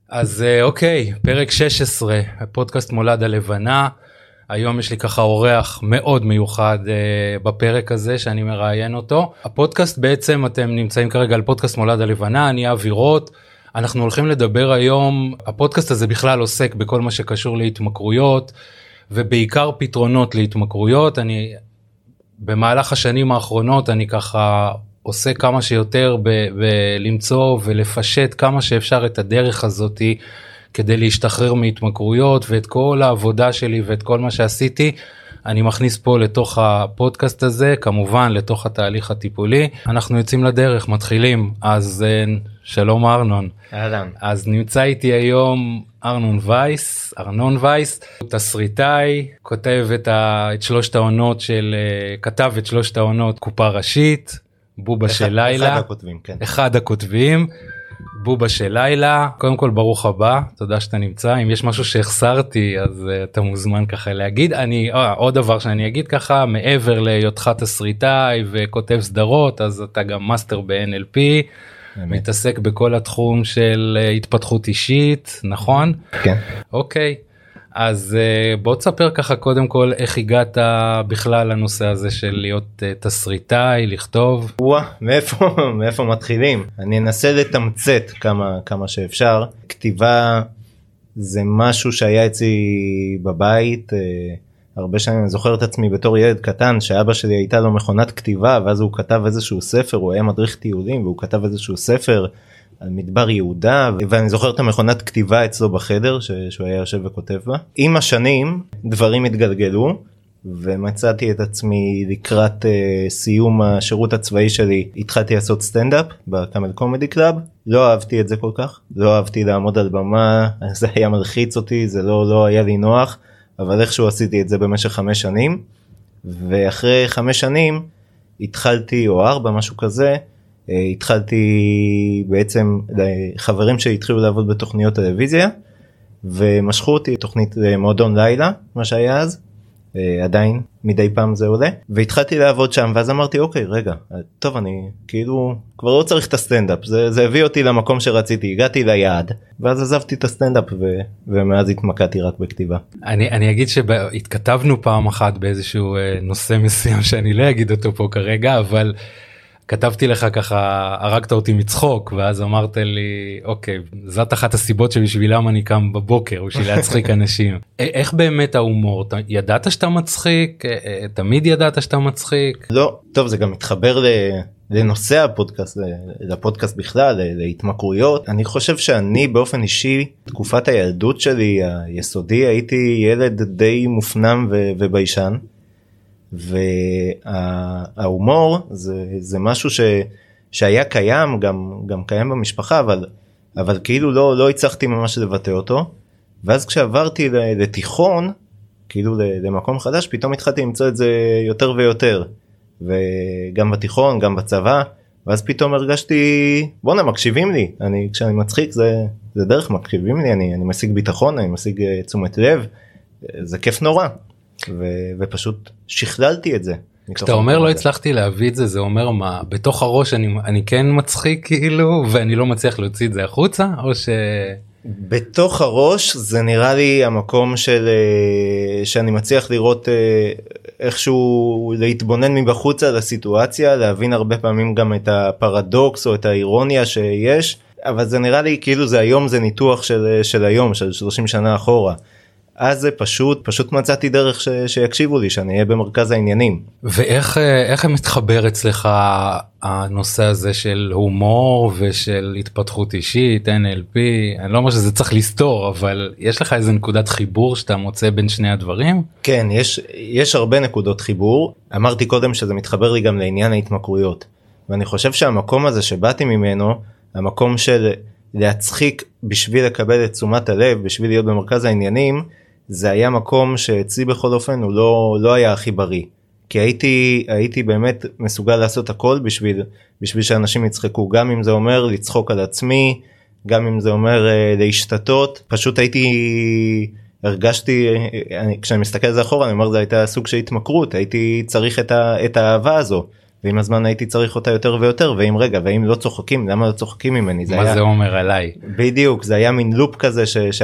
אז אוקיי, פרק 16, הפודקאסט מולד הלבנה. היום יש לי ככה אורח מאוד מיוחד בפרק הזה שאני מראיין אותו. הפודקאסט בעצם, אתם נמצאים כרגע על פודקאסט מולד הלבנה, אני אבי רוט. אנחנו הולכים לדבר היום, הפודקאסט הזה בכלל עוסק בכל מה שקשור להתמכרויות, ובעיקר פתרונות להתמכרויות. אני במהלך השנים האחרונות אני ככה עושה כמה שיותר בלמצוא ולפשט כמה שאפשר את הדרך הזאת כדי להשתחרר מהתמכרויות, ואת כל העבודה שלי ואת כל מה שעשיתי אני מכניס פה לתוך הפודקאסט הזה, כמובן לתוך התהליך הטיפולי. אנחנו יוצאים לדרך, מתחילים. אז שלום ארנון. אהלן. אז נמצא איתי היום ארנון וייס, תסריטאי, כתב את שלושת העונות כתב את שלושת העונות קופה ראשית, בובה של לילה. אחד הכותבים, כן. אחד הכותבים, בובה של לילה. קודם כל ברוך הבא, תודה שאתה נמצא. אם יש משהו שהחסרתי אז אתה מוזמן ככה להגיד. עוד דבר שאני אגיד ככה, מעבר להיותך תסריטאי וכותב סדרות, אז אתה גם מאסטר ב-NLP, מתעסק בכל התחום של התפתחות אישית, נכון? כן. אוקיי. אז בוא תספר ככה קודם כל איך הגעת בכלל לנושא הזה של להיות תסריטאי, לכתוב. מאיפה מתחילים? אני אנסה לתמצת כמה שאפשר. כתיבה זה משהו שהיה אצלי בבית הרבה שנים. אני זוכר את עצמי בתור ילד קטן שאבא שלי הייתה לו מכונת כתיבה, ואז הוא כתב איזשהו ספר, הוא היה מדריך טיולים והוא כתב איזשהו ספר על מדבר יהודה, ואני זוכר את המכונת כתיבה אצלו בחדר שהוא היה יושב וכותב בה. עם השנים דברים התגלגלו ומצאתי את עצמי לקראת סיום השירות הצבאי שלי, התחלתי לעשות סטנדאפ בקאמל קומדי קלאב. לא אהבתי את זה כל כך, לא אהבתי לעמוד על במה, זה היה מלחיץ אותי, זה לא היה לי נוח, אבל איכשהו עשיתי את זה במשך 5 שנים, ואחרי 5 שנים התחלתי, או 4 משהו כזה, התחלתי בעצם חברים שהתחילו לעבוד בתוכניות טלוויזיה, ומשכו אותי תוכנית מועדון לילה, מה שהיה אז, עדיין מדי פעם זה עולה, והתחלתי לעבוד שם, ואז אמרתי אוקיי רגע, טוב אני כאילו כבר לא צריך את הסטנדאפ, זה הביא אותי למקום שרציתי, הגעתי ליעד, ואז עזבתי את הסטנדאפ ומאז התמקדתי רק בכתיבה. אני אגיד שהתכתבנו פעם אחת באיזשהו נושא מסוים שאני לא אגיד אותו פה כרגע, אבל כתבתי לך ככה, הרגת אותי מצחוק, ואז אמרת לי, אוקיי, זאת אחת הסיבות שבשבילם אני קם בבוקר, בשביל להצחיק אנשים. איך באמת ההומור? ידעת שאתה מצחיק? תמיד ידעת שאתה מצחיק? לא, טוב, זה גם מתחבר לנושא הפודקאסט, לפודקאסט בכלל, להתמכרויות. אני חושב שאני באופן אישי, תקופת הילדות שלי, היסודי, הייתי ילד די מופנם וביישן. וההומור זה משהו שהיה קיים, גם קיים במשפחה, אבל כאילו לא הצלחתי ממש לבטא אותו. ואז כשעברתי לתיכון, כאילו למקום חדש, פתאום התחלתי למצוא את זה יותר ויותר, וגם בתיכון, גם בצבא, ואז פתאום הרגשתי, בוא'נה, מקשיבים לי, כשאני מצחיק זה דרך, מקשיבים לי, אני משיג ביטחון, אני משיג תשומת לב, זה כיף נורא. ופשוט שכללתי את זה. כשאתה אומר לא הצלחתי להביא את זה, זה אומר מה? בתוך הראש אני כן מצחיק כאילו, ואני לא מצליח להוציא את זה החוצה, או ש... בתוך הראש זה נראה לי המקום שאני מצליח לראות איכשהו להתבונן מבחוץ על הסיטואציה, להבין הרבה פעמים גם את הפרדוקס או את האירוניה שיש, אבל זה נראה לי כאילו זה היום, זה ניתוח של היום, של 30 שנה אחורה. אז זה פשוט מצאתי דרך שיקשיבו לי, שאני אהיה במרכז העניינים. ואיך מתחבר אצלך הנושא הזה של הומור ושל התפתחות אישית, NLP? אני לא אומר שזה צריך לסתור, אבל יש לך איזה נקודת חיבור שאתה מוצא בין שני הדברים? כן, יש הרבה נקודות חיבור. אמרתי קודם שזה מתחבר לי גם לעניין ההתמכרויות. ואני חושב שהמקום הזה שבאתי ממנו, המקום של להצחיק בשביל לקבל את תשומת הלב, בשביל להיות במרכז העניינים, זה היה מקום שאצלי בכל אופן הוא לא היה הכי בריא. כי הייתי באמת מסוגל לעשות הכל בשביל שאנשים יצחקו, גם אם זה אומר לצחוק על עצמי, גם אם זה אומר להשתתות. פשוט הרגשתי, כשאני מסתכל על זה אחורה, אני אומר, זה הייתה סוג של התמכרות, הייתי צריך את האהבה הזו, ועם הזמן הייתי צריך אותה יותר ויותר, ואם רגע, ואם לא צוחקים, למה לא צוחקים ממני? מה זה אומר עליי? בדיוק, זה היה מין לופ כזה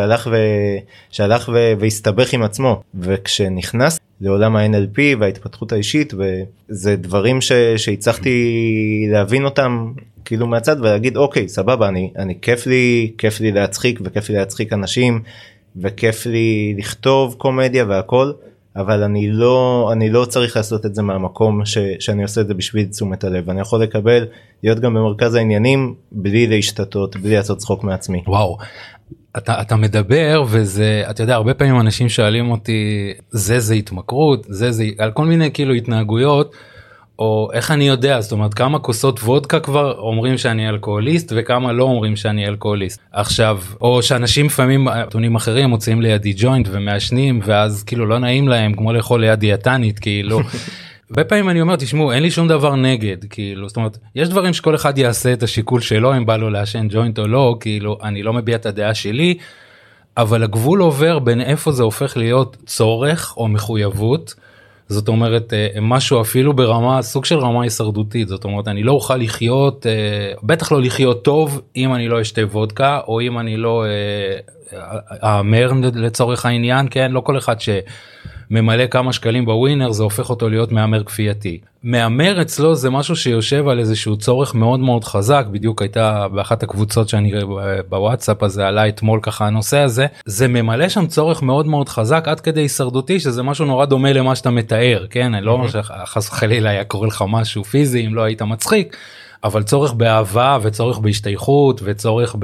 שהלך והסתבך עם עצמו, וכשנכנס לעולם ה-NLP וההתפתחות האישית, וזה דברים שהצלחתי להבין אותם כאילו מהצד, ולהגיד אוקיי, סבבה, אני כיף לי להצחיק, וכיף לי להצחיק אנשים, וכיף לי לכתוב קומדיה והכל, אבל אני לא צריך לעשות את זה מהמקום שאני עושה את זה בשביל תשומת הלב. אני יכול להיות גם במרכז העניינים בלי להשתתות, בלי לעשות צחוק מעצמי. וואו, אתה מדבר וזה, אתה יודע, הרבה פעמים אנשים שואלים אותי, זה התמכרות, זה על כל מיני כאילו התנהגויות, או איך אני יודע, זאת אומרת כמה כוסות וודקה כבר אומרים שאני אלכוהוליסט וכמה לא אומרים שאני אלכוהוליסט. עכשיו, או שאנשים לפעמים, נתונים אחרים מוצאים לידי ג'וינט ומעשנים ואז כאילו לא נעים להם כמו לאכול ליד דיאטנית כאילו. הרבה פעמים אני אומר, תשמעו, אין לי שום דבר נגד, כאילו, זאת אומרת, יש דברים שכל אחד יעשה את השיקול שלו, אם בא לו לעשן ג'וינט או לא, כאילו, אני לא מביע את הדעה שלי, אבל הגבול עובר בין איפה זה הופך להיות צורך או מחויבות, זאת אומרת, משהו אפילו ברמה, סוג של רמה הישרדותית, זאת אומרת, אני לא אוכל לחיות, בטח לא לחיות טוב, אם אני לא אשתה וודקה, או אם אני לא אאמר לצורך העניין, כן, לא כל אחד ממלא כמה שקלים בווינר, זה הופך אותו להיות מאמר כפייתי. מאמר אצלו זה משהו שיושב על איזשהו צורך מאוד מאוד חזק, בדיוק הייתה באחת הקבוצות שאני בוואטסאפ, אז זה עלה אתמול ככה הנושא הזה, זה ממלא שם צורך מאוד מאוד חזק, עד כדי הישרדותי, שזה משהו נורא דומה למה שאתה מתאר, כן? אני לא אומר שחס וחלילה היה קורא לך משהו פיזי, אם לא היית מצחיק, אבל צורך באהבה וצורך בהשתייכות וצורך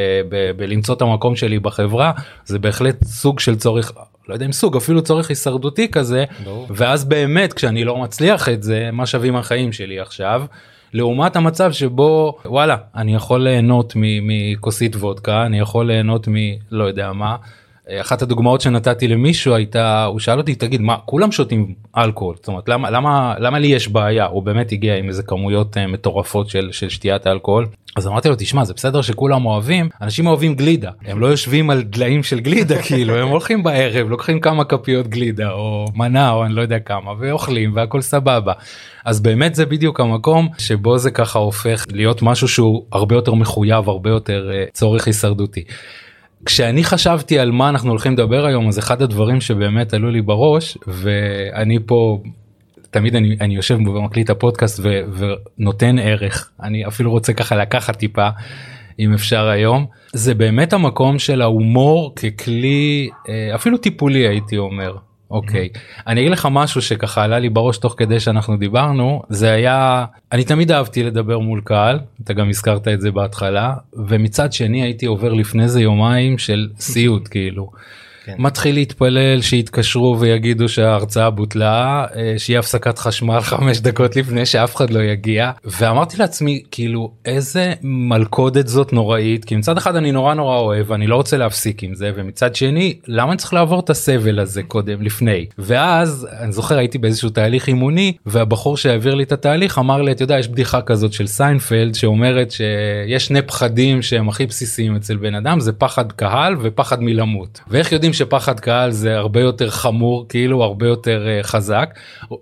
בלמצוא את המקום שלי בחברה, זה בהחלט סוג של צורך, לא יודע אם סוג, אפילו צורך הישרדותי כזה, ואז באמת כשאני לא מצליח את זה, מה שווים החיים שלי עכשיו, לעומת המצב שבו וואלה, אני יכול ליהנות מכוסית וודקה, אני יכול ליהנות לא יודע מה, אחת הדוגמאות שנתתי למישהו הייתה, הוא שאל אותי, תגיד, מה, כולם שותים אלכוהול? זאת אומרת, למה לי יש בעיה? הוא באמת הגיע עם איזה כמויות מטורפות של שתיית אלכוהול. אז אמרתי לו, תשמע, זה בסדר שכולם אוהבים, אנשים אוהבים גלידה. הם לא יושבים על דליים של גלידה, כאילו, הם הולכים בערב, לוקחים כמה כפיות גלידה, או מנה, או אני לא יודע כמה, ואוכלים, והכל סבבה. אז באמת זה בדיוק המקום שבו זה ככה הופך להיות משהו שהוא הרבה יותר מחויב, הרבה יותר צורך הישרדותי. כשאני חשבתי על מה אנחנו הולכים לדבר היום, אז אחד הדברים שבאמת עלו לי בראש, ואני פה, תמיד אני יושב ומקליט הפודקאסט ונותן ערך, אני אפילו רוצה ככה לקחת טיפה, אם אפשר היום, זה באמת המקום של ההומור ככלי, אפילו טיפולי הייתי אומר. אוקיי, אני אגיד לך משהו שככה עלה לי בראש תוך כדי שאנחנו דיברנו, זה היה, אני תמיד אהבתי לדבר מול קהל, אתה גם הזכרת את זה בהתחלה, ומצד שני הייתי עובר לפני זה יומיים של סיוט כאילו, מתחיל להתפלל שיתקשרו ויגידו שההרצאה בוטלה, שיהיה הפסקת חשמל 5 דקות לפני שאף אחד לא יגיע, ואמרתי לעצמי כאילו איזה מלכודת זאת נוראית, כי מצד אחד אני נורא אוהב, אני לא רוצה להפסיק עם זה, ומצד שני למה אני צריך לעבור את הסבל הזה קודם לפני, ואז אני זוכר הייתי באיזשהו תהליך אימוני, והבחור שהעביר לי את התהליך אמר לי, אתה יודע, יש בדיחה כזאת של סיינפלד שאומרת שיש 2 פחדים שהם הכי בסיסיים אצל בן אדם, זה פחד קהל ופחד מלמות, ואיך יודעים שפחד קהל זה הרבה יותר חמור, כאילו הרבה יותר חזק,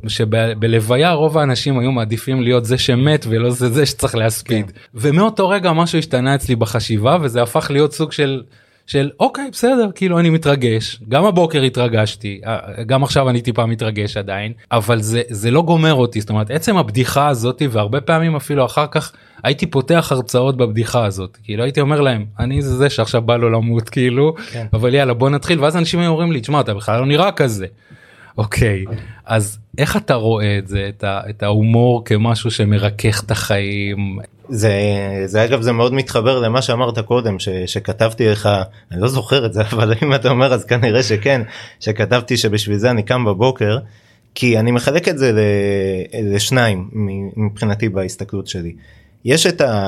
שבלוויה רוב האנשים היו מעדיפים להיות זה שמת ולא זה שצריך להספיד. ומאותו רגע משהו השתנה אצלי בחשיבה, וזה הפך להיות סוג של אוקיי, בסדר, כאילו אני מתרגש, גם הבוקר התרגשתי, גם עכשיו אני טיפה מתרגש עדיין, אבל זה לא גומר אותי, זאת אומרת, עצם הבדיחה הזאת, והרבה פעמים אפילו אחר כך, הייתי פותח הרצאות בבדיחה הזאת, כאילו הייתי אומר להם, אני זה שעכשיו בא לו למות, כאילו, אבל יאללה בוא נתחיל, ואז אנשים אומרים לי, תשמע, אתה בכלל לא נראה כזה. אוקיי, אז איך אתה רואה את זה, את ההומור כמשהו שמרכך את החיים? זה אגב, זה מאוד מתחבר למה שאמרת קודם, שכתבתי לך, אני לא זוכר את זה, אבל אם אתה אומר אז כנראה שכן, שכתבתי שבשביל זה אני קם בבוקר, כי אני מחלק את זה לשניים מבחינתי בהסתכלות שלי. יש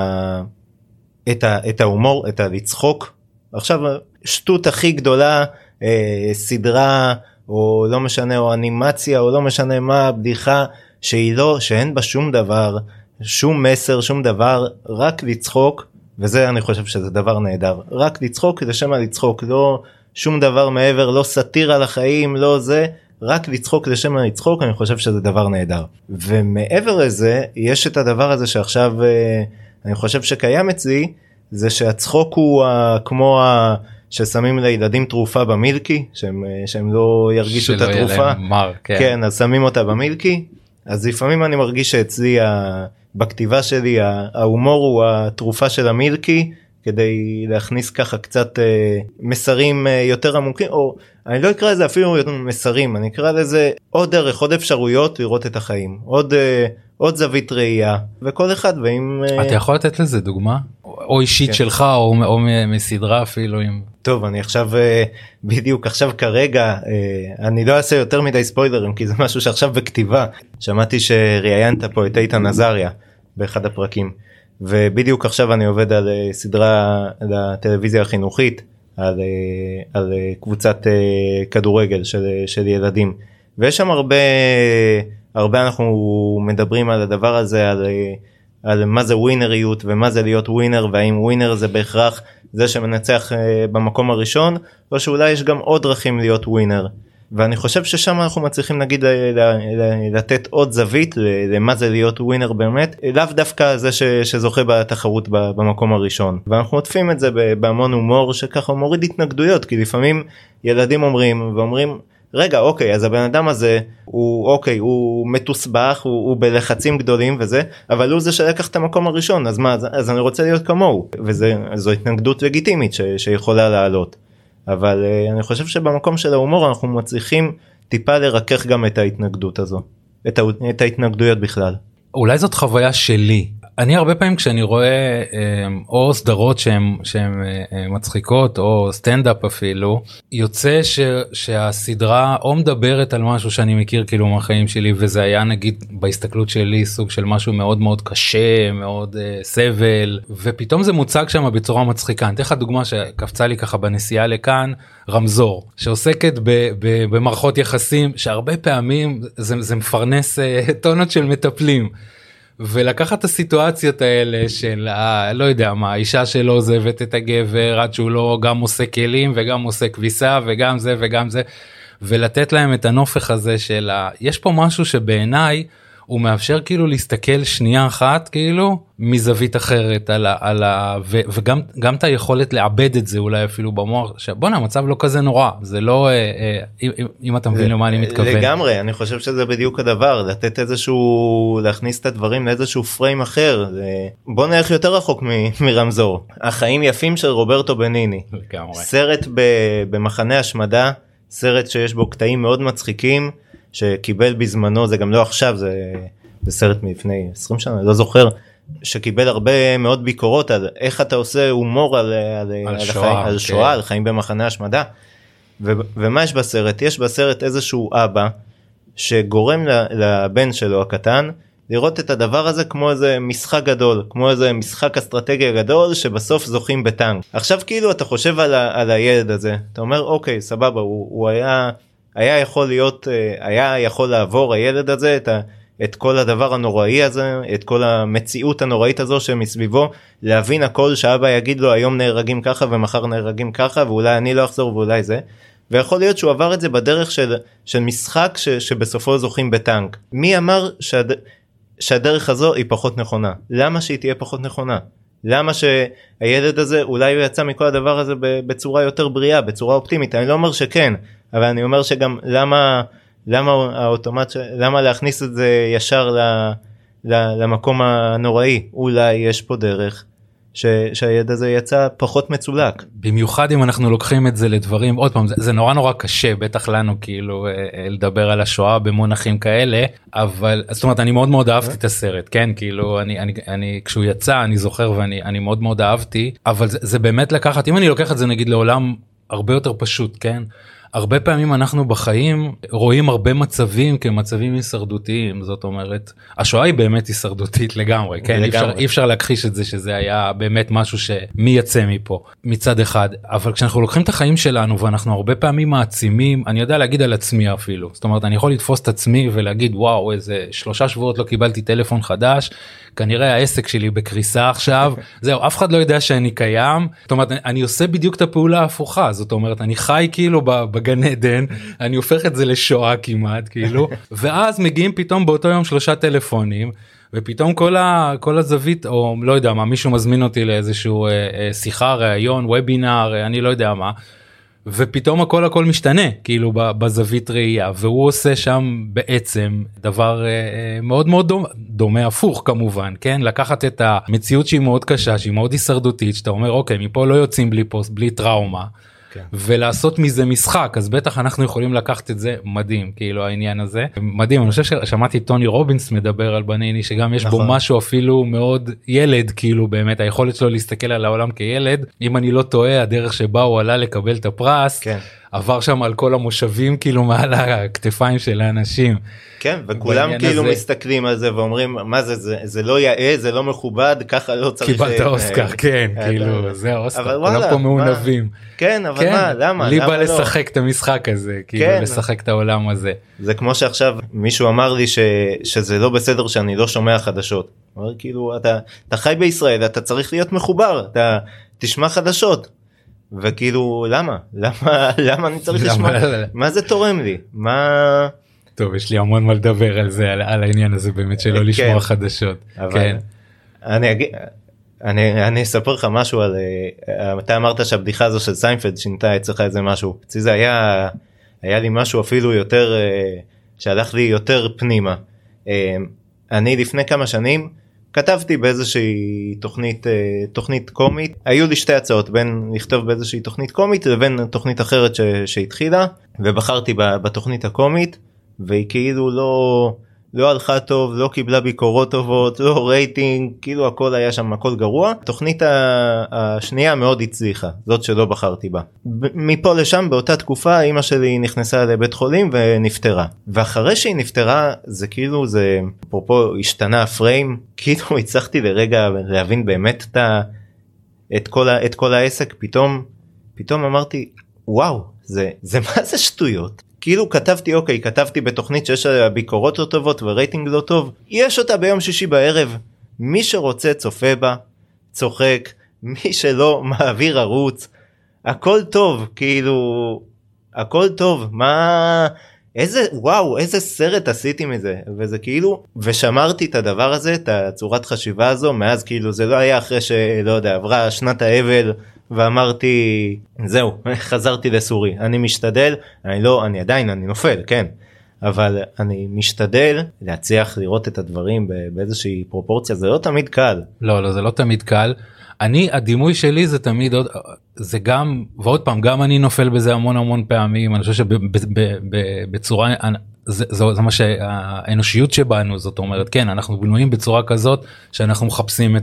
את ההומור, את הלצחוק, עכשיו שטות הכי גדולה, סדרה, או לא משנה, או אנימציה, או לא משנה מה, בדיחה, שאין בה שום דבר, שום מסר, שום דבר, רק לצחוק, וזה אני חושב שזה דבר נהדר, רק לצחוק לשם לצחוק, לא שום דבר מעבר, לא סאטירה לחיים, לא זה, רק לצחוק לשם לצחוק, אני חושב שזה דבר נהדר. ומעבר לזה, יש את הדבר הזה שעכשיו אני חושב שקיים אצלי, זה שהצחוק הוא כמו ששמים לילדים תרופה במילקי, שהם לא ירגישו את התרופה. מר, כן. כן, אז שמים אותה במילקי. אז לפעמים אני מרגיש שאצלי בכתיבה שלי ההומור הוא התרופה של המילקי, כדי להכניס ככה קצת מסרים יותר עמוקים, או אני לא אקרא לזה אפילו מסרים, אני אקרא לזה עוד דרך, עוד אפשרויות לראות את החיים, עוד זווית ראייה, וכל אחד ועם... אתה יכול לתת לזה דוגמה? או אישית כן. שלך, או מסדרה אפילו עם... טוב, אני עכשיו, בדיוק עכשיו כרגע, אני לא אעשה יותר מדי ספוילרים, כי זה משהו שעכשיו בכתיבה. שמעתי שראיינת פה את איתן עזריה, באחד הפרקים. ובדיוק עכשיו אני עובד על סדרה לטלוויזיה החינוכית, על קבוצת כדורגל של ילדים. ויש שם הרבה אנחנו מדברים על הדבר הזה, על מה זה ווינריות ומה זה להיות ווינר, והאם ווינר זה בהכרח זה שמנצח במקום הראשון, או שאולי יש גם עוד דרכים להיות ווינר. ואני חושב ששם אנחנו מצליחים נגיד לתת עוד זווית למה זה להיות ווינר באמת, לאו דווקא זה שזוכה בתחרות במקום הראשון. ואנחנו עוטפים את זה בהמון הומור שככה מוריד התנגדויות, כי לפעמים ילדים אומרים רגע אוקיי, אז הבן אדם הזה הוא אוקיי, הוא מתוסבך, הוא בלחצים גדולים וזה, אבל הוא זה שלקח את המקום הראשון, אז מה, אז אני רוצה להיות כמוהו, וזו התנגדות לגיטימית שיכולה לעלות. אבל אני חושב שבמקום של ההומור אנחנו מצליחים טיפה לרכך גם את ההתנגדות הזו, את ההתנגדויות בכלל. אולי זאת חוויה שלי. אני הרבה פעמים כשאני רואה או סדרות שהן מצחיקות או סטנדאפ אפילו, יוצא שהסדרה או מדברת על משהו שאני מכיר כאילו מהחיים שלי, וזה היה נגיד בהסתכלות שלי סוג של משהו מאוד מאוד קשה, מאוד סבל, ופתאום זה מוצג שם בצורה מצחיקה. אני אתן לך דוגמה שקפצה לי ככה בנסיעה לכאן, רמזור, שעוסקת במערכות יחסים, שהרבה פעמים זה מפרנס טונות של מטפלים. ולקחת את הסיטואציות האלה של לא יודע מה, האישה שלו עוזבת את הגבר עד שהוא לא גם עושה כלים וגם עושה כביסה וגם זה וגם זה, ולתת להם את הנופך הזה של יש פה משהו שבעיניי הוא מאפשר כאילו להסתכל שנייה אחת כאילו מזווית אחרת וגם את היכולת לעבד את זה אולי אפילו במוח, שבונה המצב לא כזה נורא, זה לא, אם אתה מבין למה אני מתכוון. לגמרי, אני חושב שזה בדיוק הדבר, לתת איזשהו, להכניס את הדברים לאיזשהו פריים אחר. בוא נלך יותר רחוק מרמזור, החיים יפים של רוברטו בניני, סרט במחנה השמדה, סרט שיש בו קטעים מאוד מצחיקים, שקיבל בזמנו, זה גם לא עכשיו, זה סרט מלפני 20 שנה, לא זוכר, שקיבל הרבה מאוד ביקורות על איך אתה עושה הומור על שואה, על חיים במחנה השמדה. ומה יש בסרט? יש בסרט איזשהו אבא שגורם לבן שלו הקטן לראות את הדבר הזה כמו איזה משחק גדול, כמו איזה משחק אסטרטגיה גדול שבסוף זוכים בטנק. עכשיו כאילו אתה חושב על הילד הזה, אתה אומר אוקיי סבבה, הוא היה יכול להיות, היה יכול לעבור הילד הזה את כל הדבר הנוראי הזה, את כל המציאות הנוראית הזו שמסביבו, להבין הכל שאבא יגיד לו היום נהרגים ככה ומחר נהרגים ככה ואולי אני לא אחזור ואולי זה, ויכול להיות שהוא עבר את זה בדרך של משחק שבסופו זוכים בטנק. מי אמר שהדרך הזו היא פחות נכונה? למה שהיא תהיה פחות נכונה? למה שהילד הזה אולי הוא יצא מכל הדבר הזה בצורה יותר בריאה, בצורה אופטימית? אני לא אומר שכן, אבל אני אומר שגם למה להכניס את זה ישר למקום הנוראי? אולי יש פה דרך שהילד הזה יצא פחות מצולק. במיוחד אם אנחנו לוקחים את זה לדברים, עוד פעם, זה נורא נורא קשה, בטח לנו כאילו לדבר על השואה במונחים כאלה, אבל זאת אומרת אני מאוד מאוד אהבתי את הסרט, כן, כאילו אני כשהוא יצא אני זוכר ואני מאוד מאוד אהבתי, אבל זה באמת לקחת, אם אני לוקח את זה נגיד לעולם הרבה יותר פשוט, כן, הרבה פעמים אנחנו בחיים רואים הרבה מצבים כמצבים הישרדותיים, זאת אומרת, השואה היא באמת הישרדותית לגמרי, כן? אי אפשר להכחיש את זה שזה היה באמת משהו שמי יצא מפה מצד אחד, אבל כשאנחנו לוקחים את החיים שלנו ואנחנו הרבה פעמים מעצימים, אני יודע להגיד על עצמי אפילו, זאת אומרת אני יכול לתפוס את עצמי ולהגיד וואו איזה 3 שבועות לא קיבלתי טלפון חדש, כנראה העסק שלי בקריסה עכשיו, זהו, אף אחד לא יודע שאני קיים, זאת אומרת אני עושה בדיוק את הפעולה ההפוכה, זאת אומרת אני חי כאילו בגן עדן, אני הופך את זה לשואה כמעט, כאילו, ואז מגיעים פתאום באותו יום 3 טלפונים, ופתאום כל הזווית, או לא יודע מה, מישהו מזמין אותי לאיזשהו שיחה, ראיון, וובינר, אני לא יודע מה, ופתאום הכל משתנה, כאילו בזווית ראייה, והוא עושה שם בעצם דבר מאוד מאוד דומה, הפוך כמובן, כן? לקחת את המציאות שהיא מאוד קשה, שהיא מאוד הישרדותית, שאתה אומר, אוקיי, מפה לא יוצאים בלי טראומה, כן. ולעשות מזה משחק, אז בטח אנחנו יכולים לקחת את זה מדהים, כאילו העניין הזה. מדהים, אני חושב ששמעתי טוני רובינס מדבר על בניני, שגם יש בו משהו אפילו מאוד ילד, כאילו באמת, היכולת שלו להסתכל על העולם כילד, אם אני לא טועה, הדרך שבה הוא עלה לקבל את הפרס, כן. עבר שם על כל המושבים, כאילו מעל הכתפיים של האנשים. כן, וכולם כאילו מסתכלים על זה ואומרים, מה זה לא יאה, זה לא מכובד, ככה לא צריך... קיבלת אוסקר, כן, כאילו, זה האוסקר, כולם פה מעונבים. כן, אבל מה, למה? לי בא לשחק את המשחק הזה, כאילו, לשחק את העולם הזה. זה כמו שעכשיו מישהו אמר לי שזה לא בסדר שאני לא שומע חדשות. הוא אומר, כאילו, אתה חי בישראל, אתה צריך להיות מחובר, אתה תשמע חדשות. וכאילו, למה אני צריך לשמוע? מה זה תורם לי? מה... טוב, יש לי המון מה לדבר על זה, על העניין הזה באמת שלא לשמוע חדשות. כן. אני אספר לך משהו על, אתה אמרת שהבדיחה הזו של סיינפלד שינתה אצלך איזה משהו. אצלי זה היה לי משהו אפילו יותר, שהלך לי יותר פנימה. אני לפני כמה שנים כתבתי באיזושהי תוכנית קומית, היו לי שתי הצעות בין לכתוב באיזושהי תוכנית קומית לבין תוכנית אחרת שהתחילה, ובחרתי בתוכנית הקומית, והיא כאילו לא הלכה טוב, לא קיבלה ביקורות טובות, לא רייטינג, כאילו הכל היה שם, הכל גרוע. התוכנית השנייה מאוד הצליחה, זאת שלא בחרתי בה. מפה לשם באותה תקופה אמא שלי נכנסה לבית חולים ונפטרה. ואחרי שהיא נפטרה זה כאילו זה, אפרופו השתנה הפריים, כאילו הצלחתי לרגע להבין באמת את כל העסק, פתאום אמרתי, וואו, זה מה זה שטויות? כאילו כתבתי בתוכנית שיש ביקורות לא טובות ורייטינג לא טוב, יש אותה ביום שישי בערב, מי שרוצה צופה בה, צוחק, מי שלא מעביר ערוץ, הכל טוב, כאילו, הכל טוב, איזה סרט עשיתי מזה, וזה כאילו, ושמרתי את הדבר הזה, את הצורת חשיבה הזו, מאז כאילו זה לא היה אחרי שלא יודע, עברה שנת האבל, ואמרתי, זהו, חזרתי לסורי, אני משתדל, אני עדיין נופל, כן, אבל אני משתדל להצליח לראות את הדברים באיזושהי פרופורציה, זה לא תמיד קל. לא, זה לא תמיד קל. הדימוי שלי זה תמיד, זה גם, ועוד פעם, גם אני נופל בזה המון פעמים, אני חושב שבצורה, זה מה שהאנושיות שבנו, זאת אומרת, כן, אנחנו בנויים בצורה כזאת, שאנחנו מחפשים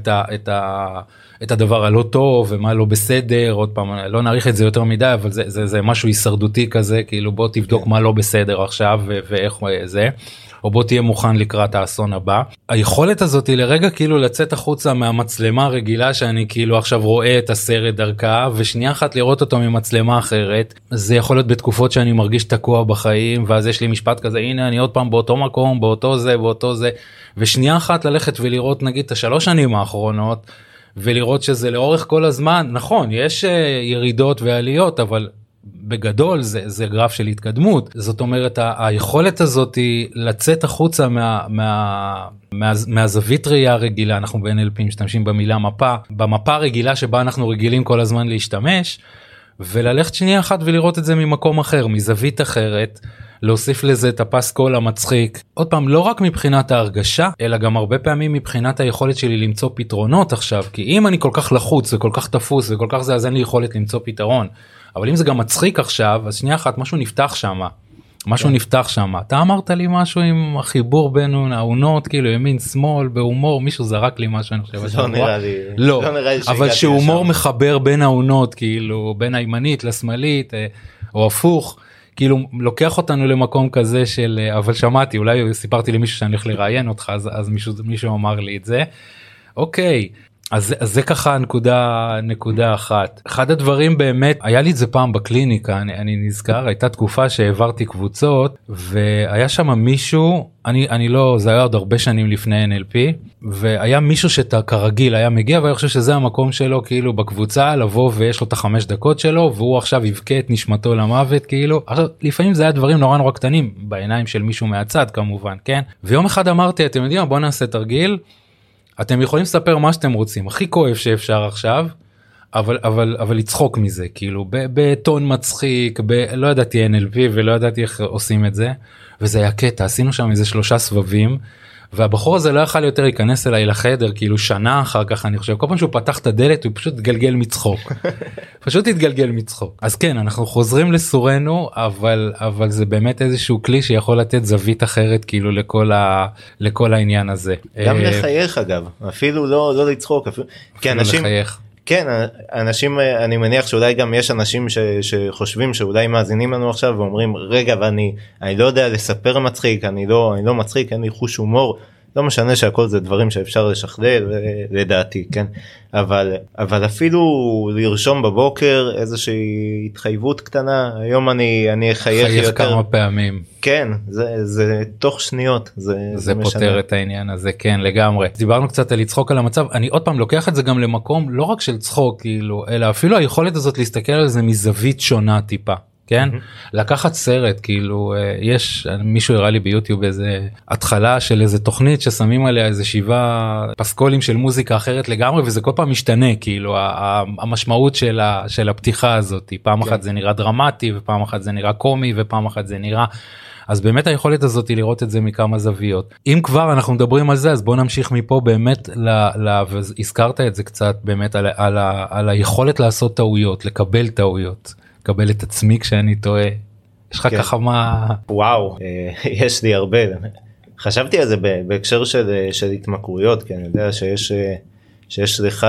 את הדבר הלא טוב, ומה לא בסדר, עוד פעם, לא נעריך את זה יותר מדי, אבל זה משהו הישרדותי כזה, כאילו בוא תבדוק מה לא בסדר עכשיו, ואיך זה, או בוא תהיה מוכן לקראת האסון הבא. היכולת הזאת היא לרגע כאילו לצאת החוצה מהמצלמה הרגילה, שאני כאילו עכשיו רואה את הסרט דרכה, ושנייה אחת לראות אותו ממצלמה אחרת, זה יכול להיות בתקופות שאני מרגיש תקוע בחיים, ואז יש לי משפט כזה, הנה אני עוד פעם באותו מקום, באותו זה, ושנייה אחת ללכת ולראות נגיד את 3 שנים האחרונות, ולראות שזה לאורך כל הזמן, נכון, יש ירידות ועליות, אבל בגדול זה גרף של התקדמות. זאת אומרת, היכולת הזאת היא לצאת החוצה מהזווית ראייה הרגילה, אנחנו ב-NLP משתמשים במילה מפה, במפה הרגילה שבה אנחנו רגילים כל הזמן להשתמש, וללכת שנייה אחת ולראות את זה ממקום אחר, מזווית אחרת, להוסיף לזה את הפסקול המצחיק. עוד פעם, לא רק מבחינת ההרגשה, אלא גם הרבה פעמים מבחינת היכולת שלי למצוא פתרונות עכשיו, כי אם אני כל כך לחוץ וכל כך תפוס וכל כך זה, אז אין לי יכולת למצוא פתרון. אבל אם זה גם מצחיק עכשיו, אז שנייה אחת, משהו נפתח שם. אתה אמרת לי משהו עם החיבור בין העונות, כאילו ימין שמאל, בהומור, מישהו זרק לי משהו, אני חושב. לא נראה לי. לא, אבל שהומור מחבר בין העונות, כאילו בין הימנית לשמאלית, או הפוך. כאילו לוקח אותנו למקום כזה של, אבל שמעתי, אולי סיפרתי למישהו שאני הולך לראיין אותך, אז מישהו אמר לי את זה. אוקיי, אז זה ככה נקודה אחת. אחד הדברים באמת, היה לי את זה פעם בקליניקה, אני נזכר, הייתה תקופה שהעברתי קבוצות, והיה שם מישהו, אני לא, זה היה עוד הרבה שנים לפני NLP, והיה מישהו שכרגיל היה מגיע, ואני חושב שזה המקום שלו כאילו בקבוצה, לבוא ויש לו את 5 דקות שלו, והוא עכשיו יבכה את נשמתו למוות כאילו. עכשיו, לפעמים זה היה דברים נורא קטנים, בעיניים של מישהו מהצד כמובן, כן? ויום אחד אמרתי, אתם יודעים, בוא נעשה תרגיל, אתם יכולים לספר מה שאתם רוצים, הכי כואב שאפשר עכשיו, אבל לצחוק מזה, כאילו, בטון מצחיק, לא ידעתי NLP ולא ידעתי איך עושים את זה, וזה היה קטע, עשינו שם איזה 3 סבבים, והבחור הזה לא יכל יותר להיכנס אליי לחדר, כאילו שנה אחר כך אני חושב, כל פעם שהוא פתח את הדלת הוא פשוט התגלגל מצחוק, פשוט התגלגל מצחוק. אז כן, אנחנו חוזרים לסורנו, אבל זה באמת איזשהו כלי שיכול לתת זווית אחרת כאילו לכל העניין הזה. גם לחייך אגב, אפילו לא לצחוק, כי אנשים... לחייך. כן, אנשים, אני מניח שאולי גם יש אנשים שחושבים שאולי מאזינים לנו עכשיו ואומרים, רגע, ואני לא יודע לספר מצחיק, אני לא מצחיק, אין לי חוש הומור, לא משנה שהכל זה דברים שאפשר לשכלל, לדעתי, כן? אבל אפילו לרשום בבוקר איזושהי התחייבות קטנה, היום אני אחייך יותר. כמה פעמים. כן, זה תוך שניות, זה פותר את העניין הזה, כן, לגמרי. דיברנו קצת על לצחוק על המצב, אני עוד פעם לוקח את זה גם למקום, לא רק של צחוק, כאילו, אלא אפילו היכולת הזאת להסתכל על זה מזווית שונה טיפה. כן? לקחת סרט, כאילו, יש, מישהו הראה לי ביוטיוב איזה התחלה של איזה תוכנית ששמים עליה איזה 7 פסקולים של מוזיקה אחרת לגמרי, וזה כל פעם משתנה, כאילו, המשמעות של הפתיחה הזאת, פעם אחת זה נראה דרמטי, ופעם אחת זה נראה קומי, ופעם אחת זה נראה, אז באמת היכולת הזאת היא לראות את זה מכמה זוויות. אם כבר אנחנו מדברים על זה, אז בוא נמשיך מפה באמת, והזכרת את זה קצת באמת על היכולת לעשות טעויות, לקבל טעויות. לקבל את עצמי כשאני טועה. יש לך ככה מה... וואו, יש לי הרבה. חשבתי על זה בהקשר של התמכרויות, כי אני יודע שיש לך,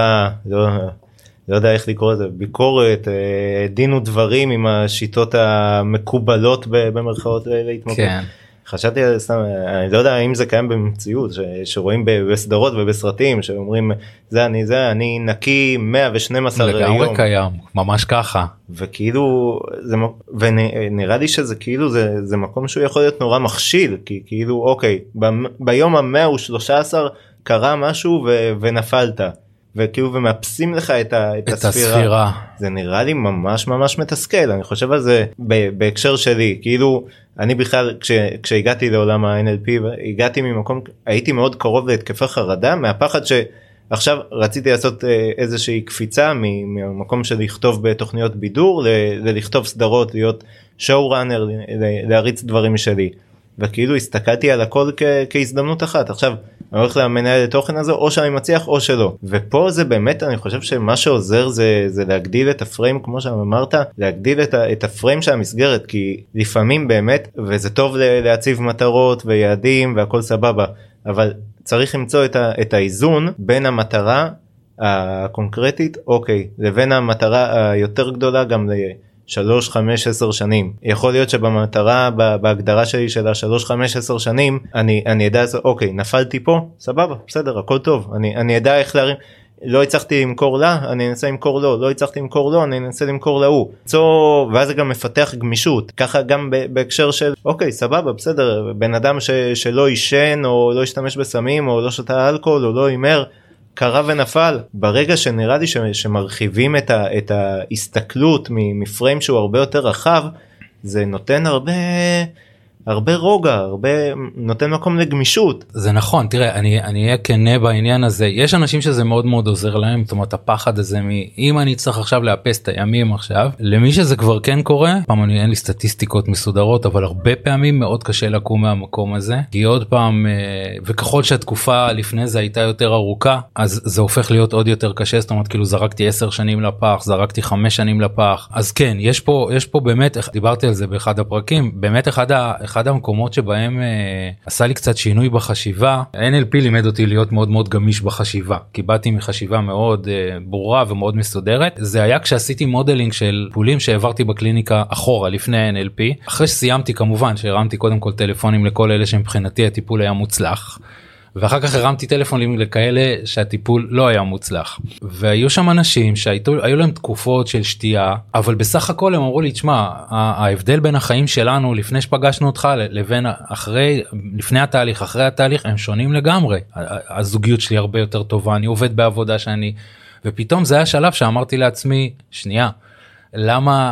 לא יודע איך לקרוא את זה, ביקורת, דין ודברים עם השיטות המקובלות במרכאות להתמכרות. כן. חשבתי על זה, אני לא יודע אם זה קיים במציאות, שרואים בסדרות ובסרטים, שאומרים, אני נקי 112 יום. לגמרי קיים, ממש ככה. וכאילו, ונראה לי שזה כאילו, זה מקום שהוא יכול להיות נורא מכשיל, כי כאילו, אוקיי, ביום ה-113 קרה משהו ונפלת. וכאילו ומאפסים לך את הספירה. זה נראה לי ממש מתסכל. אני חושב על זה בהקשר שלי, כאילו אני בכלל כשהגעתי לעולם ה-NLP, הגעתי ממקום, הייתי מאוד קרוב להתקפי חרדה, מהפחד שעכשיו רציתי לעשות איזושהי קפיצה ממקום של לכתוב בתוכניות בידור, ללכתוב סדרות, להיות שואו-ראנר, להריץ דברים שלי. וכאילו הסתכלתי על הכל כהזדמנות אחת. עכשיו אני הולך למנהל לתוכן הזה, או שאני מצליח או שלא. ופה זה באמת, אני חושב שמה שעוזר זה להגדיל את הפריים, כמו שאמרת, להגדיל את הפריים של המסגרת, כי לפעמים באמת, וזה טוב להציב מטרות ויעדים והכל סבבה, אבל צריך למצוא את האיזון בין המטרה הקונקרטית, אוקיי, לבין המטרה היותר גדולה גם 3, 5, 10 שנים. יכול להיות שבמטרה, בהגדרה שלי של 3, 5, 10 שנים, אני ידע, אוקיי, נפלתי פה, סבבה, בסדר, הכל טוב. אני ידע איך להרים, לא הצלחתי למכור לה, אני אנסה למכור לו, לא הצלחתי למכור לו, אני אנסה למכור להוא. ואז זה גם מפתח גמישות, ככה גם בהקשר של, אוקיי, סבבה, בסדר, בן אדם שלא ישן, או לא ישתמש בסמים, או לא שתה אלכוהול, או לא הימר, קרה ונפל. ברגע שנראה לי שמרחיבים את ההסתכלות מפריים שהוא הרבה יותר רחב, זה נותן הרבה רוגע, נותן מקום לגמישות. זה נכון, תראה, אני אהיה כנה בעניין הזה, יש אנשים שזה מאוד עוזר להם, זאת אומרת הפחד הזה אם אני צריך עכשיו לאפס את הימים עכשיו, למי שזה כבר כן קורה, פעם אין לי סטטיסטיקות מסודרות, אבל הרבה פעמים מאוד קשה לקום מהמקום הזה, כי עוד פעם, וככל שהתקופה לפני זה הייתה יותר ארוכה, אז זה הופך להיות עוד יותר קשה, זאת אומרת כאילו זרקתי 10 שנים לפח, זרקתי 5 שנים לפח, אז כן, יש פה באמת, דיברתי על זה באחד הפרקים, באמת אחד המקומות שבהם עשה לי קצת שינוי בחשיבה, NLP לימד אותי להיות מאוד גמיש בחשיבה, כי באתי מחשיבה מאוד ברורה ומאוד מסודרת, זה היה כשעשיתי מודלינג של טיפולים שהעברתי בקליניקה אחורה לפני NLP, אחרי שסיימתי כמובן שהרמתי קודם כל טלפונים לכל אלה שמבחינתי הטיפול היה מוצלח, ואחר כך הרמתי טלפונים לכאלה שהטיפול לא היה מוצלח, והיו שם אנשים שהיו להם תקופות של שתייה, אבל בסך הכל הם אמרו לי, תשמע, ההבדל בין החיים שלנו לפני שפגשנו אותך לבין לפני התהליך, אחרי התהליך, הם שונים לגמרי. הזוגיות שלי הרבה יותר טובה, אני עובד בעבודה ופתאום זה היה שלב שאמרתי לעצמי, שנייה, למה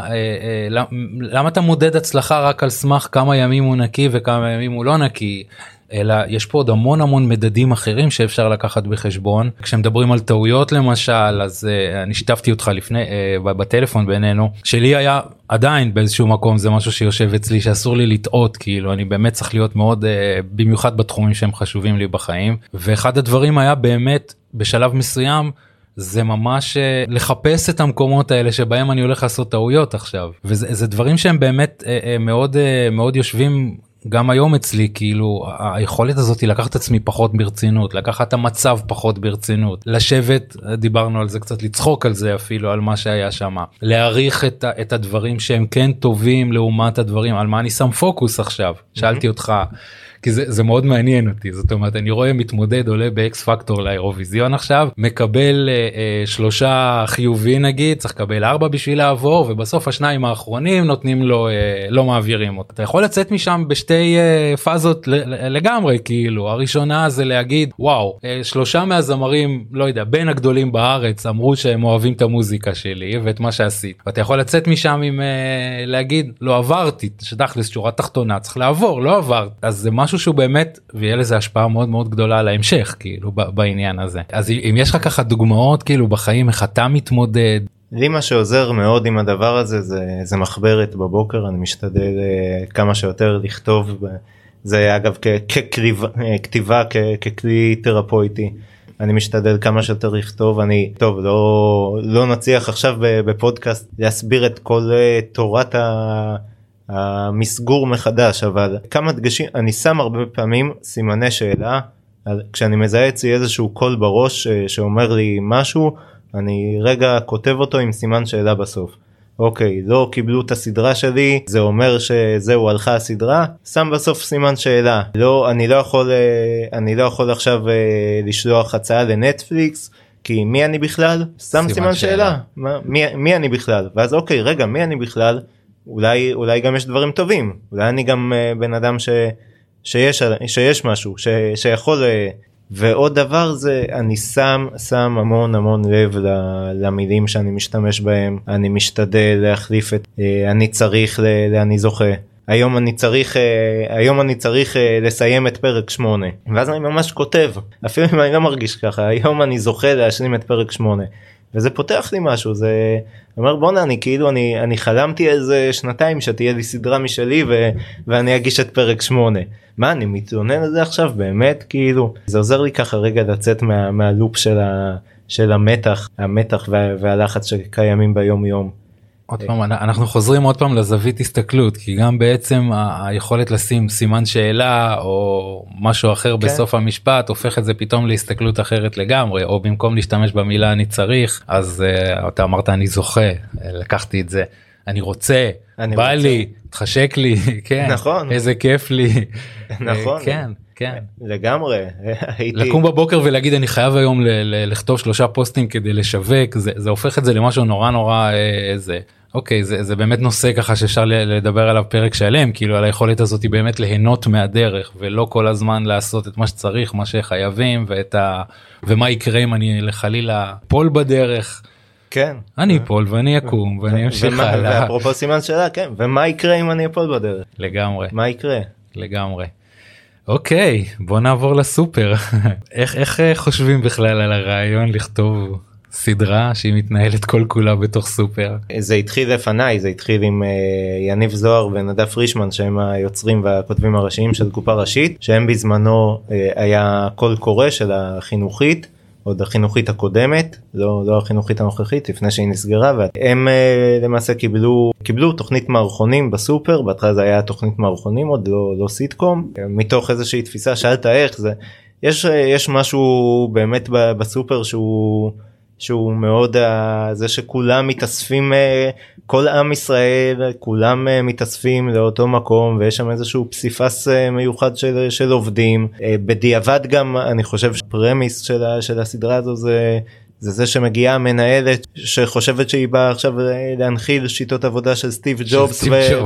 אתה מודד הצלחה רק על סמך כמה ימים הוא נקי וכמה ימים הוא לא נקי, אלא יש פה עוד המון מדדים אחרים שאפשר לקחת בחשבון. כשמדברים על טעויות למשל, אז אני שיתפתי אותך לפני בטלפון בינינו, שלי היה עדיין באיזשהו מקום, זה משהו שיושב אצלי שאסור לי לטעות, כאילו אני באמת צריך להיות מאוד, במיוחד בתחומים שהם חשובים לי בחיים, ואחד הדברים היה באמת בשלב מסוים, זה ממש לחפש את המקומות האלה שבהם אני הולך לעשות טעויות עכשיו, וזה דברים שהם באמת מאוד יושבים גם היום אצלי, כאילו היכולת הזאת היא לקחת עצמי פחות ברצינות, לקחת את המצב פחות ברצינות, לשבת, דיברנו על זה קצת, לצחוק על זה אפילו, על מה שהיה שם, להעריך את הדברים שהם כן טובים לעומת הדברים, על מה אני שם פוקוס עכשיו, שאלתי אותך, כי זה מאוד מעניין אותי, זאת אומרת, אני רואה מתמודד עולה באקס פקטור לאירוויזיון עכשיו, מקבל 3 חיובי נגיד, צריך לקבל 4 בשביל לעבור, ובסוף 2 האחרונים נותנים לו, לא מעבירים אותו. אתה יכול לצאת משם בשתי פאזות לגמרי, כאילו, הראשונה זה להגיד, וואו, 3 מהזמרים, לא יודע, בין הגדולים בארץ, אמרו שהם אוהבים את המוזיקה שלי, ואת מה שעשית. ואתה יכול לצאת משם עם להגיד, לא עברתי, שתכלס שורה תחתונה, צריך לעבור, לא עברת. אז זה משהו שהוא באמת, ויהיה לזה השפעה מאוד מאוד גדולה על ההמשך, כאילו, בעניין הזה. אז אם יש לך ככה דוגמאות, כאילו, בחיים, איך אתה מתמודד? לי מה שעוזר מאוד עם הדבר הזה, זה מחברת בבוקר, אני משתדל כמה שיותר לכתוב, זה אגב ככתיבה, ככלי תרפויטי, אני משתדל כמה שיותר לכתוב, טוב, לא נצליח עכשיו בפודקאסט להסביר את כל תורת המסגור מחדש, אבל כמה דגשים, אני שם הרבה פעמים סימני שאלה, כשאני מזהה אצלי איזשהו קול בראש שאומר לי משהו, אני רגע כותב אותו עם סימן שאלה בסוף. אוקיי, לא קיבלו את הסדרה שלי, זה אומר שזהו, הלכה הסדרה, שם בסוף סימן שאלה. לא, אני לא יכול עכשיו לשלוח הצעה לנטפליקס, כי מי אני בכלל? שם סימן שאלה. מי אני בכלל? ואז אוקיי, רגע, מי אני בכלל? אולי גם יש דברים טובים, אולי אני גם בן אדם שיש משהו, שיכול, ועוד דבר זה, אני שם המון לב למילים שאני משתמש בהם, אני משתדל להחליף אני צריך אני זוכה, היום אני צריך לסיים את פרק 8, ואז אני ממש כותב, אפילו אם אני לא מרגיש ככה, היום אני זוכה להשלים את פרק 8, וזה פותח לי משהו, זה אומר בונה, אני חלמתי איזה 2 שתהיה לי סדרה משלי ואני אגיש את פרק 8. מה, אני מתלונן על זה עכשיו? באמת, כאילו, זה עוזר לי ככה רגע לצאת מהלופ של המתח והלחץ שקיימים ביום יום. עוד פעם, אנחנו חוזרים עוד פעם לזווית הסתכלות, כי גם בעצם היכולת לשים סימן שאלה או משהו אחר בסוף המשפט, הופך את זה פתאום להסתכלות אחרת לגמרי, או במקום להשתמש במילה אני צריך, אז אתה אמרת אני זוכה, לקחתי את זה, אני רוצה, בא לי, תחשק לי, כן, נכון. איזה כיף לי, נכון. כן. לגמרי. לקום בבוקר ולהגיד אני חייב היום לכתוב 3 פוסטים כדי לשווק, זה הופך את זה למשהו נורא איזה, אוקיי, זה באמת נושא ככה שאפשר לדבר עליו פרק שלם, כאילו על היכולת הזאת היא באמת ליהנות מהדרך, ולא כל הזמן לעשות את מה שצריך, מה שחייבים, ומה יקרה אם אני לחלילה פול בדרך. כן. אני אפול ואני אקום ואני אמשיך הלאה. ואפרופו סימן שאלה, כן, ומה יקרה אם אני אפול בדרך? לגמרי. מה יקרה? לגמרי. אוקיי, בוא נעבור לסופר. איך חושבים בכלל על הרעיון לכתוב סדרה שהיא מתנהלת כל כולה בתוך סופר? זה התחיל לפניי, זה התחיל עם יניב זוהר ונדב פרישמן, שהם היוצרים והכותבים הראשיים של קופה ראשית, שהם בזמנו היה קול קורא של החינוכית, עוד החינוכית הקודמת, לא החינוכית הנוכחית, לפני שהיא נסגרה, והם למעשה קיבלו תוכנית מערכונים בסופר, בהתחלה זה היה תוכנית מערכונים, עוד לא סיטקום, מתוך איזושהי תפיסה, שאלת איך זה, יש משהו באמת בסופר שהוא שהוא מאוד זה שכולם מתאספים, כל עם ישראל, כולם מתאספים לאותו מקום, ויש שם איזשהו פסיפס מיוחד של עובדים. בדיעבד גם אני חושב שפרמיס של הסדרה הזו זה שמגיעה המנהלת שחושבת שהיא באה עכשיו להנחיל שיטות עבודה של סטיב ג'ובס,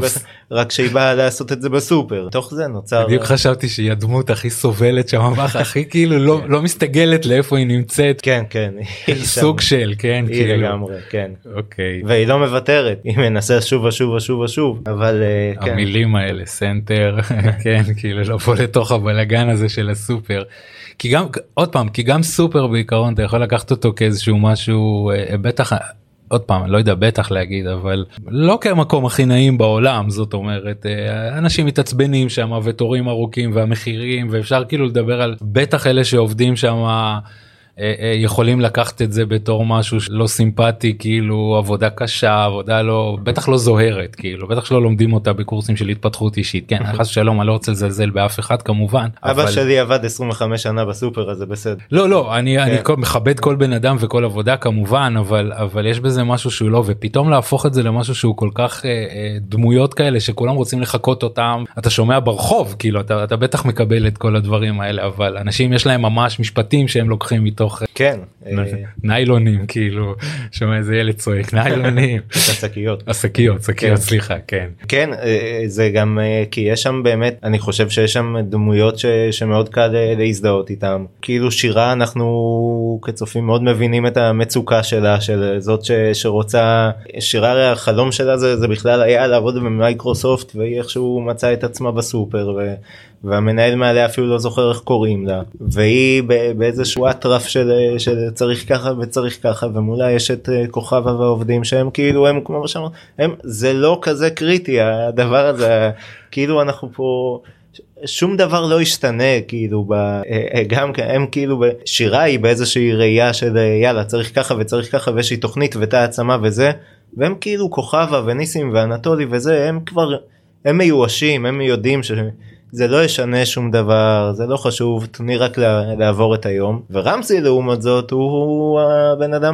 רק שהיא באה לעשות את זה בסופר. תוך זה נוצר... בדיוק חשבתי שהיא הדמות הכי סובלת שם, הכי כאילו לא מסתגלת לאיפה היא נמצאת. כן, כן. סוג של, כן. היא לגמרי, כן. אוקיי. והיא לא מוותרת, היא מנסה שוב ושוב ושוב ושוב, אבל כן. המילים האלה, סנטר, כן, כאילו לבוא לתוך הבלגן הזה של הסופר. כי גם, עוד פעם, כי גם סופר בעיקרון, אתה יכול לקחת אותו כאיזשהו משהו, בטח, עוד פעם, לא יודע בטח להגיד, אבל לא כמקום הכי נעים בעולם, זאת אומרת, אנשים מתעצבנים שם, ותורים ארוכים, והמחירים, ואפשר כאילו לדבר על, בטח אלה שעובדים שם, יכולים לקחת את זה בתור משהו לא סימפטי, כאילו עבודה קשה, עבודה לא, בטח לא זוהרת, כאילו, בטח שלא לומדים אותה בקורסים של התפתחות אישית, כן, חס שלום, אני לא רוצה לזלזל באף אחד כמובן. אבא שלי עבד 25 שנה בסופר, אז זה בסדר. לא, אני מכבד כל בן אדם וכל עבודה כמובן, אבל יש בזה משהו שהוא לא, ופתאום להפוך את זה למשהו שהוא כל כך דמויות כאלה, שכולם רוצים לחקות אותם, אתה שומע ברחוב, כאילו, אתה בטח מקבל את כל הדברים האלה, אבל אנשים יש להם ממש משפטים שהם לוקחים מתוך כן, ניילונים, כאילו, שומע איזה ילד צועק, ניילונים. השקיות. השקיות, סליחה, כן. כן, זה גם, כי יש שם באמת, אני חושב שיש שם דמויות שמאוד קל להזדהות איתם. כאילו שירה, אנחנו כצופים מאוד מבינים את המצוקה שלה, של זאת שרוצה, שירה החלום שלה זה בכלל היה לעבוד במייקרוסופט, והיא איכשהו מצאה את עצמה בסופר, והמנהל מעליה אפילו לא זוכר איך קוראים לה, והיא באיזשהו אטרף של צריך ככה וצריך ככה, ומולה יש את כוכבה והעובדים שהם כאילו הם כמו שאמרנו, זה לא כזה קריטי הדבר הזה, כאילו אנחנו פה שום דבר לא ישתנה, כאילו גם הם כאילו שירה היא באיזושהי ראייה של יאללה צריך ככה וצריך ככה, ויש תוכנית ותא עצמה וזה, והם כאילו כוכבה וניסים ואנטולי וזה, הם כבר הם מיואשים, הם יודעים זה לא ישנה שום דבר, זה לא חשוב, תני רק לעבור את היום. ורמזי לעומת זאת הוא הבן אדם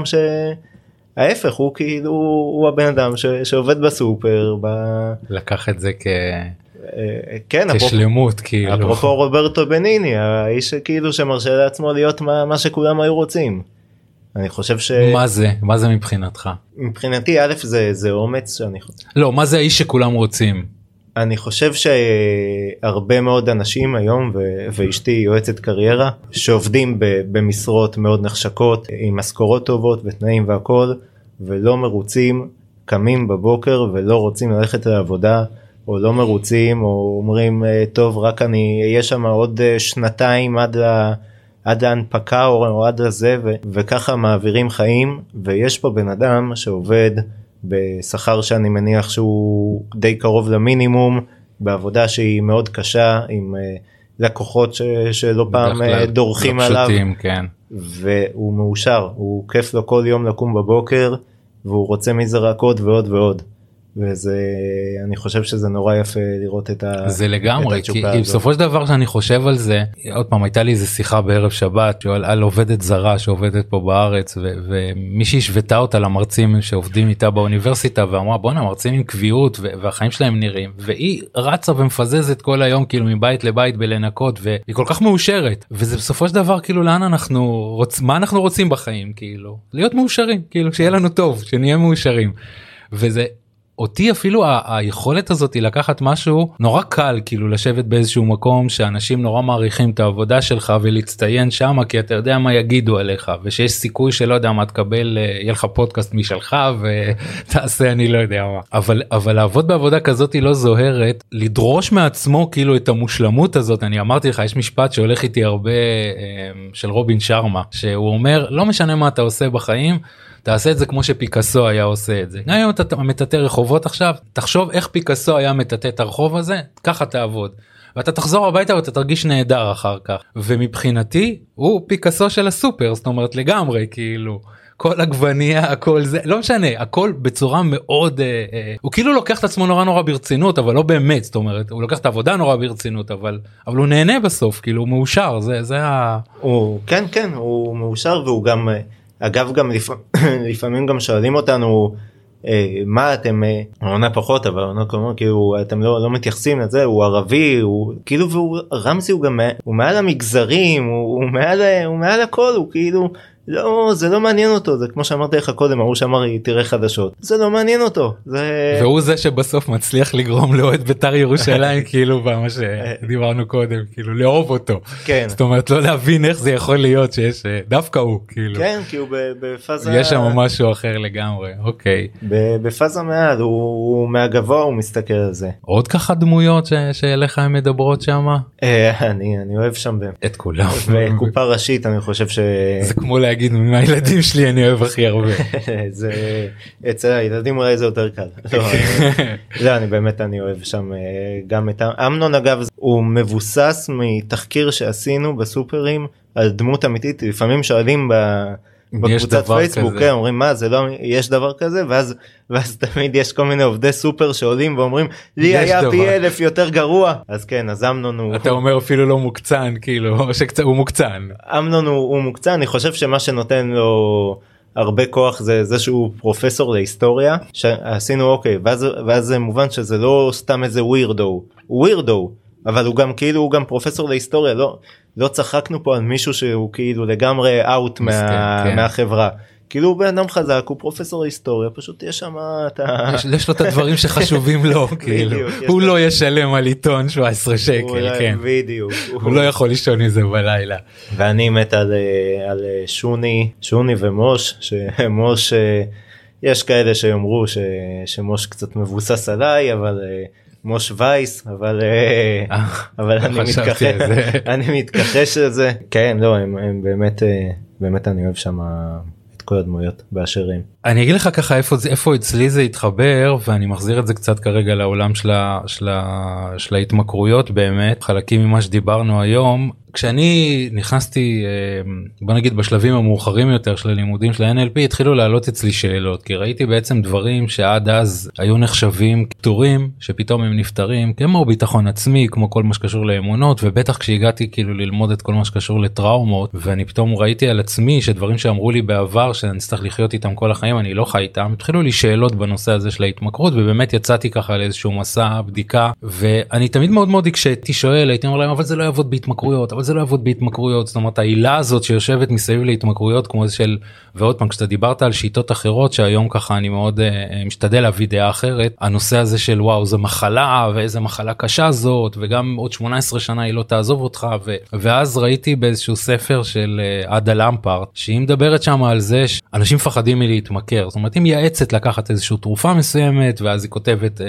ההפך, הוא כאילו, הוא הבן אדם שעובד בסופר. לקח את זה כן, כשלמות, כאילו. אפרופו רוברטו בניני, האיש כאילו שמרשה לעצמו להיות מה שכולם היו רוצים. אני חושב מה זה מבחינתך? מבחינתי, א' זה אומץ שאני חושב. לא, מה זה האיש שכולם רוצים? אני חושב שהרבה מאוד אנשים היום, ואשתי יועצת קריירה, שעובדים במשרות מאוד נחשקות, עם משכורות טובות ותנאים והכל, ולא מרוצים, קמים בבוקר ולא רוצים ללכת לעבודה, או לא מרוצים, או אומרים, טוב, רק אני אהיה שם עוד שנתיים עד ההנפקה, או עד לזה, וככה מעבירים חיים, ויש פה בן אדם שעובד בשכר שאני מניח שהוא די קרוב למינימום, בעבודה שהיא מאוד קשה, עם לקוחות שלא פעם דורכים עליו, כן. והוא מאושר, הוא כיף לו כל יום לקום בבוקר, והוא רוצה מזה רק עוד ועוד ועוד. וזה, אני חושב שזה נורא יפה לראות את התשוקה הזאת. זה לגמרי, כי בסופו של דבר שאני חושב על זה, עוד פעם הייתה לי איזה שיחה בערב שבת, על עובדת זרה שעובדת פה בארץ, ומישהי השוותה אותה למרצים שעובדים איתה באוניברסיטה, ואמרה בוא'נה, מרצים עם קביעות, והחיים שלהם נראים, והיא רצה ומפזזת כל היום, כאילו מבית לבית בלנקות, והיא כל כך מאושרת, וזה בסופו של דבר, כאילו לאן מה אנחנו רוצים בחיים, כאילו, להיות מאושרים, כאילו שיהיה לנו טוב, שנהיה מאושרים, וזה אותי אפילו היכולת הזאת היא לקחת משהו נורא קל, כאילו לשבת באיזשהו מקום שאנשים נורא מעריכים את העבודה שלך ולהצטיין שמה, כי אתה יודע מה יגידו עליך, ושיש סיכוי שלא יודע מה תקבל, יהיה לך פודקאסט משלך ותעשה אני לא יודע מה. אבל לעבוד בעבודה כזאת היא לא זוהרת, לדרוש מעצמו כאילו את המושלמות הזאת. אני אמרתי לך, יש משפט שהולך איתי הרבה של רובין שרמה, שהוא אומר, לא משנה מה אתה עושה בחיים, תעשה את זה כמו שפיקאסו היה עושה את זה. גם אם אתה מטאטא רחובות עכשיו, תחשוב איך פיקאסו היה מטאטא את הרחוב הזה, ככה תעבוד. ואתה תחזור הביתה ואתה תרגיש נהדר אחר כך. ומבחינתי, הוא פיקאסו של הסופר, זאת אומרת לגמרי, כאילו, כל עגבניה, הכל זה, לא משנה, הכל בצורה מאוד, הוא כאילו לוקח את עצמו נורא ברצינות, אבל לא באמת, זאת אומרת, הוא לוקח את העבודה נורא ברצינות, אבל הוא נהנה בסוף, כאילו הוא מאושר, זה כן, הוא מאושר, והוא גם אגב גם לפעמים גם שואלים אותנו מה אתם, עונה פחות אבל עונה כלומר כאילו אתם לא מתייחסים לזה, הוא ערבי, הוא כאילו, והוא רמזי, הוא מעל המגזרים, הוא מעל הכל, הוא כאילו לא, זה לא מעניין אותו, זה כמו שאמרתי לך קודם, הוא שאמר תראה חדשות, זה לא מעניין אותו, והוא זה שבסוף מצליח לגרום לאוהד בית"ר ירושלים כאילו במה שדיברנו קודם, כאילו לאהוב אותו, זאת אומרת לא להבין איך זה יכול להיות שיש דווקא הוא כאילו, כן, כי הוא בפאזה, יש שם משהו אחר לגמרי, אוקיי, בפאזה מעל, הוא מהגבוה, הוא מסתכל על זה. עוד ככה דמויות שאליך הן מדברות שם? אני אוהב שם את כולם, וקופה ראשית אני חושב זה כמו להגיד מהילדים שלי אני אוהב הכי הרבה. זה אצל הילדים אולי זה יותר קל. לא, אני אוהב שם גם את אמנון. אגב הוא מבוסס מתחקיר שעשינו בסופרים על דמות אמיתית. לפעמים שואלים בקבוצת פייסבוק, אומרים מה זה, לא יש דבר כזה, ואז תמיד יש כל מיני עובדי סופר שעולים ואומרים לי היה פי 1000 יותר גרוע. אז כן, אז אמנון הוא, אתה אומר אפילו לא מוקצן כאילו, או שקצת הוא מוקצן. אמנון הוא מוקצן. אני חושב שמה שנותן לו הרבה כוח זה שהוא פרופסור להיסטוריה, שעשינו אוקיי, ואז זה מובן שזה לא סתם איזה ווירדו, הוא ווירדו, אבל הוא גם כאילו הוא גם פרופסור להיסטוריה. לא צחקנו פה על מישהו שהוא כאילו לגמרי אאוט מהחברה, כאילו הוא בן אדם חזק, הוא פרופסור להיסטוריה, פשוט יש שם יש לו את הדברים שחשובים לו, כאילו הוא לא ישלם על עיתון 17 שקל, כן, בדיוק, הוא לא יכול לישון מזה בלילה. ואני מת על שוני ומוש, שמוש יש כאלה שיאמרו שמוש קצת מבוסס עליי, אבל מוש וייס, אבל אני מתכחש לזה. כן, לא, הם באמת אני אוהב שם את כל הדמויות באשרים. אני אגיד לך ככה איפה אצלי זה התחבר, ואני מחזיר את זה קצת כרגע לעולם של ההתמכרויות, באמת חלקים ממה שדיברנו היום. כשאני נכנסתי, בוא נגיד בשלבים המאוחרים יותר של הלימודים של ה-NLP, התחילו לעלות אצלי שאלות, כי ראיתי בעצם דברים שעד אז היו נחשבים כתורים, שפתאום הם נפטרים, כמו ביטחון עצמי, כמו כל מה שקשור לאמונות, ובטח כשהגעתי כאילו ללמוד את כל מה שקשור לטראומות, ואני פתאום ראיתי על עצמי שדברים שאמרו לי בעבר, שאני צריך לחיות איתם כל החיים, אני לא חי איתם, התחילו לי שאלות בנושא הזה של ההתמכרות, ובאמת יצאתי ככה לאיזשהו מסע בדיקה, ואני תמיד מאוד מאוד כשהייתי שואל, הייתי אומר להם, אבל זה לא יעבוד בהתמכרויות, אבל זה לא יעבוד בהתמכרויות. זאת אומרת, העילה הזאת שיושבת מסביב להתמכרויות, כמו זה של, ועוד פעם, כשאתה דיברת על שיטות אחרות, שהיום ככה אני מאוד משתדל להביא דעה אחרת, הנושא הזה של וואו, זה מחלה, ואיזה מחלה קשה זאת, וגם עוד 18 שנה היא לא תעזוב אותך, ואז ראיתי באיזשהו ספר של עדה למפרט, שהיא מדברת שם על זה שאנשים מפחדים מלהתמכר. זאת אומרת, היא מייעצת לקחת איזושהי תרופה מסוימת, ואז היא כותבת,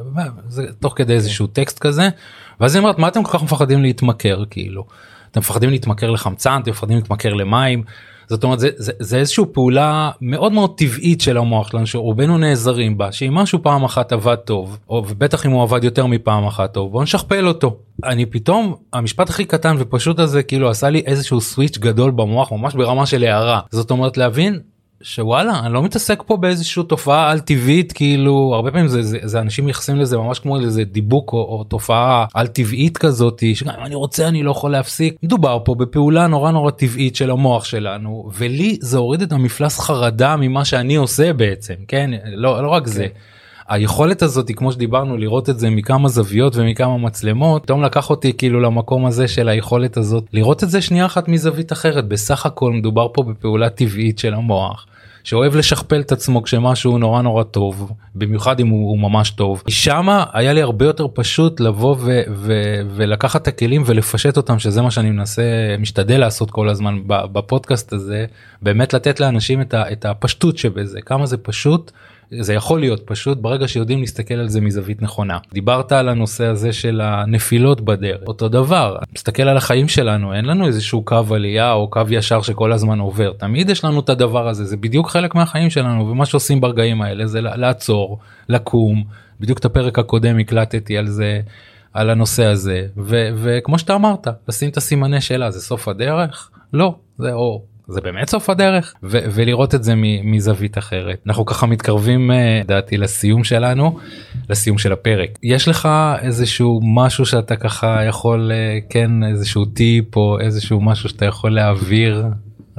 תוך כדי איזשהו טקסט כזה, ואז היא אומרת, מה אתם כל כך מפחדים להתמכר, כאילו? אתם מפחדים להתמכר לחמצן, אתם מפחדים להתמכר למים. זאת אומרת, זה איזושהי פעולה מאוד מאוד טבעית של המוח שלנו, שרובנו נעזרים בה, שאם משהו פעם אחת עבד טוב, ובטח אם הוא עבד יותר מפעם אחת טוב, בוא נשכפל אותו. אני פתאום, המשפט הכי קטן ופשוט הזה, כאילו עשה לי איזשהו סוויץ' גדול במוח, ממש ברמה של הערה. זאת אומרת, להבין שוואלה, אני לא מתעסק פה באיזושהי תופעה על טבעית, כאילו הרבה פעמים זה אנשים מייחסים לזה ממש כמו איזה דיבוק או תופעה על טבעית כזאת, שגם אם אני רוצה אני לא יכול להפסיק. מדובר פה בפעולה נורא נורא טבעית של המוח שלנו, ולי זה הוריד את המפלס חרדה ממה שאני עושה בעצם, כן? לא רק זה. היכולת הזאת, כמו שדיברנו, לראות את זה מכמה זוויות ומכמה מצלמות, פתאום לקח אותי כאילו למקום הזה של היכולת הזאת, לראות את זה שנייה אחת מזווית אחרת. בסך הכל מדובר פה בפעולה טבעית של המוח, שאוהב לשכפל את עצמו כשמשהו נורא נורא טוב, במיוחד אם הוא ממש טוב. שמה היה לי הרבה יותר פשוט לבוא ולקחת את הכלים ולפשט אותם, שזה מה שאני משתדל לעשות כל הזמן בפודקאסט הזה, באמת לתת לאנשים את הפשטות שבזה, כמה זה פשוט. זה יכול להיות פשוט ברגע שיודעים להסתכל על זה מזווית נכונה. דיברת על הנושא הזה של הנפילות בדרך, אותו דבר, מסתכל על החיים שלנו, אין לנו איזשהו קו עלייה או קו ישר שכל הזמן עובר, תמיד יש לנו את הדבר הזה, זה בדיוק חלק מהחיים שלנו, ומה שעושים ברגעים האלה זה לעצור, לקום. בדיוק את הפרק הקודם הקלטתי על זה, על הנושא הזה, וכמו שאתה אמרת, לשים את הסימני שאלה, זה סוף הדרך? לא, זה אור. זה באמת סוף הדרך, ולראות את זה מזווית אחרת. אנחנו ככה מתקרבים, דעתי, לסיום שלנו, לסיום של הפרק. יש לך איזשהו משהו שאתה ככה יכול, כן, איזשהו טיפ או איזשהו משהו שאתה יכול להעביר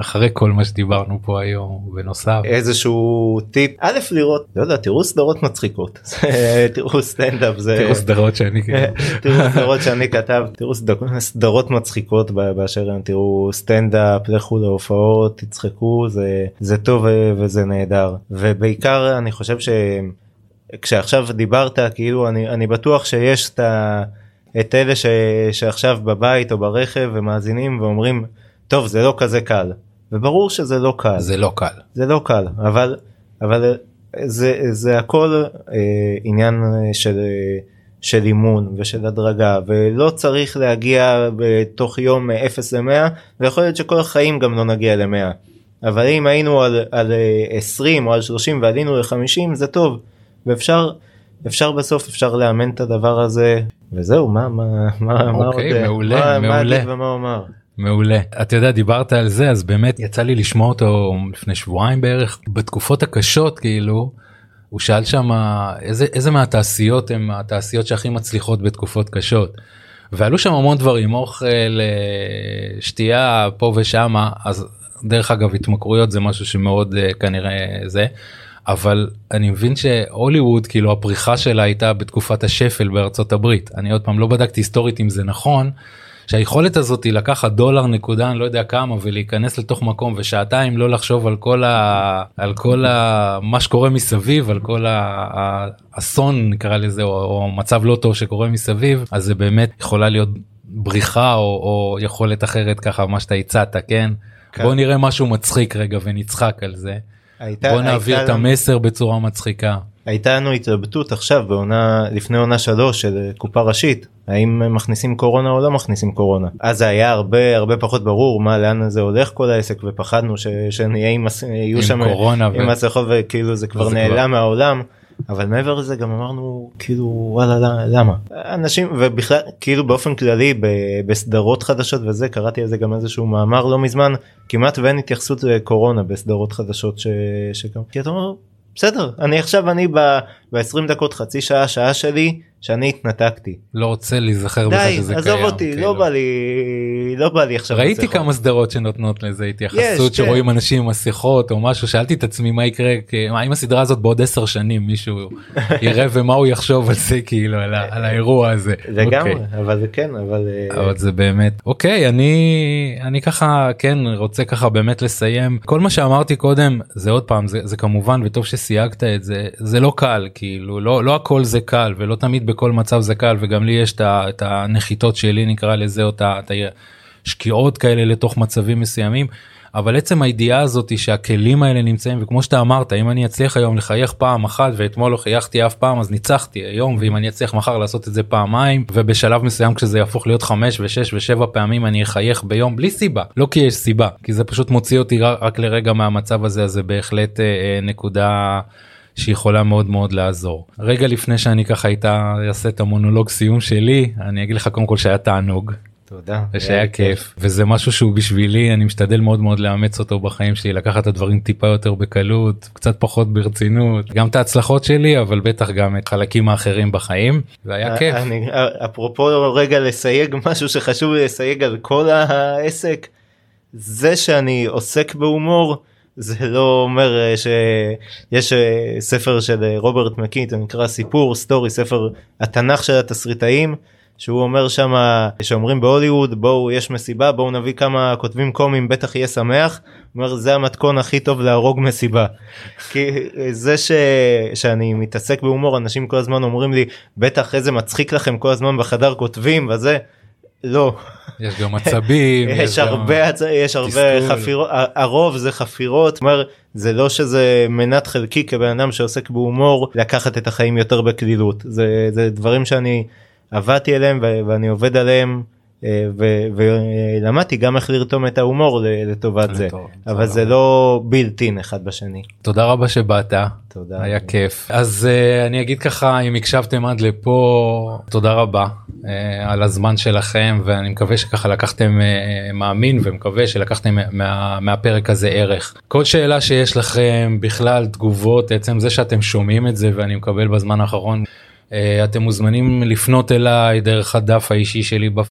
אחרי כל מה שדיברנו פה היום בנוסף. איזשהו טיפ, א' לראות, לא יודע, תראו סדרות מצחיקות, תראו סטנדאפ, תראו סדרות שאני תראו סדרות שאני כתב, תראו סדרות מצחיקות באשר הם, תראו סטנדאפ, לכו להופעות, תצחקו, זה טוב וזה נהדר. ובעיקר אני חושב כשעכשיו דיברת, כאילו אני בטוח שיש את אלה שעכשיו בבית או ברכב ומאזינים ואומרים, טוב, זה לא כזה קל. וברור שזה לא קל. זה לא קל. זה לא קל, אבל זה הכל עניין של אימון ושל הדרגה, ולא צריך להגיע בתוך יום 0 ל-100, ויכול להיות שכל החיים גם לא נגיע ל-100. אבל אם היינו על 20 או על 30 ועלינו ל-50, זה טוב. ואפשר בסוף, אפשר לאמן את הדבר הזה, וזהו, מה עוד? מעולה, מעולה. ומה אומר? מעולה. אתה יודע, דיברת על זה, אז באמת יצא לי לשמוע אותו לפני שבועיים בערך, בתקופות הקשות כאילו, הוא שאל שם איזה מהתעשיות הם התעשיות שהכי מצליחות בתקופות קשות, ועלו שם המון דברים, אוכל, שתייה פה ושמה, אז דרך אגב התמכרויות זה משהו שמאוד כנראה זה, אבל אני מבין שהוליווד כאילו הפריחה שלה הייתה בתקופת השפל בארצות הברית, אני עוד פעם לא בדקתי היסטורית אם זה נכון, שהיכולת הזאת היא לקחת דולר נקודה, אני לא יודע כמה, ולהיכנס לתוך מקום ושעתיים לא לחשוב על כל מה שקורה מסביב, על כל האסון נקרא לזה, או מצב לא טוב שקורה מסביב, אז זה באמת יכולה להיות בריחה או יכולת אחרת ככה, מה שאתה הצעת, כן? בוא נראה משהו מצחיק רגע ונצחק על זה. בוא נעביר את המסר בצורה מצחיקה. הייתה לנו התלבטות עכשיו לפני עונה 3 של קופה ראשית, האם מכניסים קורונה או לא מכניסים קורונה. אז זה היה הרבה פחות ברור לאן זה הולך כל העסק, ופחדנו שנהיה עם קורונה עם מסכות, וכאילו זה כבר נעלם מהעולם. אבל מעבר לזה גם אמרנו כאילו וואלה למה אנשים, ובכלל כאילו באופן כללי בסדרות חדשות וזה, קראתי על זה גם איזשהו מאמר לא מזמן, כמעט ואין התייחסות לקורונה בסדרות חדשות שגם כי אתה אומר בסדר, אני ב-20 דקות חצי שעה שלי שאני התנתקתי. לא רוצה להיזכר בזה שזה קיים. די, עזוב אותי, לא בא לי עכשיו. ראיתי כמה סדרות שנותנות לזה התייחסות, שרואים אנשים עם מסכות או משהו, שאלתי את עצמי מה יקרה, אם הסדרה הזאת בעוד 10 שנים מישהו יראה ומה הוא יחשוב על זה, כאילו, על האירוע הזה. לגמרי, אבל זה כן, אבל זה באמת. אוקיי, אני ככה, כן, רוצה ככה באמת לסיים. כל מה שאמרתי קודם, זה עוד פעם, זה כמובן, וטוב שסייגת את זה, זה לא קל, כאילו, לא הכל זה קל, ולא תמיד בכל מצב זה קל, וגם לי יש את הנחיתות שלי נקרא לזה, או את השקיעות כאלה לתוך מצבים מסוימים, אבל עצם הידיעה הזאת היא שהכלים האלה נמצאים, וכמו שאתה אמרת, אם אני אצליח היום לחייך פעם אחת, ואתמול לא חייכתי אף פעם, אז ניצחתי היום, ואם אני אצליח מחר לעשות את זה פעמיים, ובשלב מסוים כשזה יהפוך להיות 5 ו6 ו7 פעמים אני אחייך ביום, בלי סיבה, לא כי יש סיבה, כי זה פשוט מוציא אותי רק לרגע מהמצב הזה, אז זה בהחלט נקודה שיכולה מאוד מאוד לעזור. רגע לפני שאני ככה אעשה את המונולוג סיום שלי, אני אגיד לך קודם כל שהיה תענוג. תודה. ושהיה כיף. וזה משהו שהוא בשבילי, אני משתדל מאוד מאוד לאמץ אותו בחיים שלי, לקחת את הדברים טיפה יותר בקלות, קצת פחות ברצינות, גם את ההצלחות שלי, אבל בטח גם את חלקים האחרים בחיים, והיה כיף. אפרופו רגע לסייג משהו שחשוב לי לסייג על כל העסק, זה שאני עוסק בהומור, זה לא אומר שיש ספר של רוברט מקינטון נקרא סיפור סטורי, ספר התנ"ך של התסריטאים, שהוא אומר שם שאומרים בהוליווד בואו יש מסיבה, בואו נביא כמה כותבים קומיים, בטח יהיה שמח. הוא אומר זה המתכון הכי טוב להרוג מסיבה. כי זה שאני מתעסק בהומור, אנשים כל הזמן אומרים לי בטח איזה מצחיק לכם כל הזמן בחדר כותבים וזה, לא. יש גם עצבים, יש הרבה חפירות, הרוב זה חפירות, זאת אומרת, זה לא שזה מנת חלקי כבן אדם שעוסק בהומור לקחת את החיים יותר בקלילות, זה דברים שאני עבדתי עליהם ואני עובד עליהם, ולמדתי גם איך לרתום את ההומור לטובת זה, אבל זה לא בילטין אחד בשני. תודה רבה שבאת, תודה, היה כיף. אז אני אגיד ככה, אם הקשבתם עד לפה, תודה רבה על הזמן שלכם, ואני מקווה שככה לקחתם מאמין, ומקווה שלקחתם מהפרק הזה ערך. כל שאלה שיש לכם בכלל, תגובות, עצם זה שאתם שומעים את זה, ואני מקבל בזמן האחרון, אתם מוזמנים לפנות אליי דרך הדף האישי שלי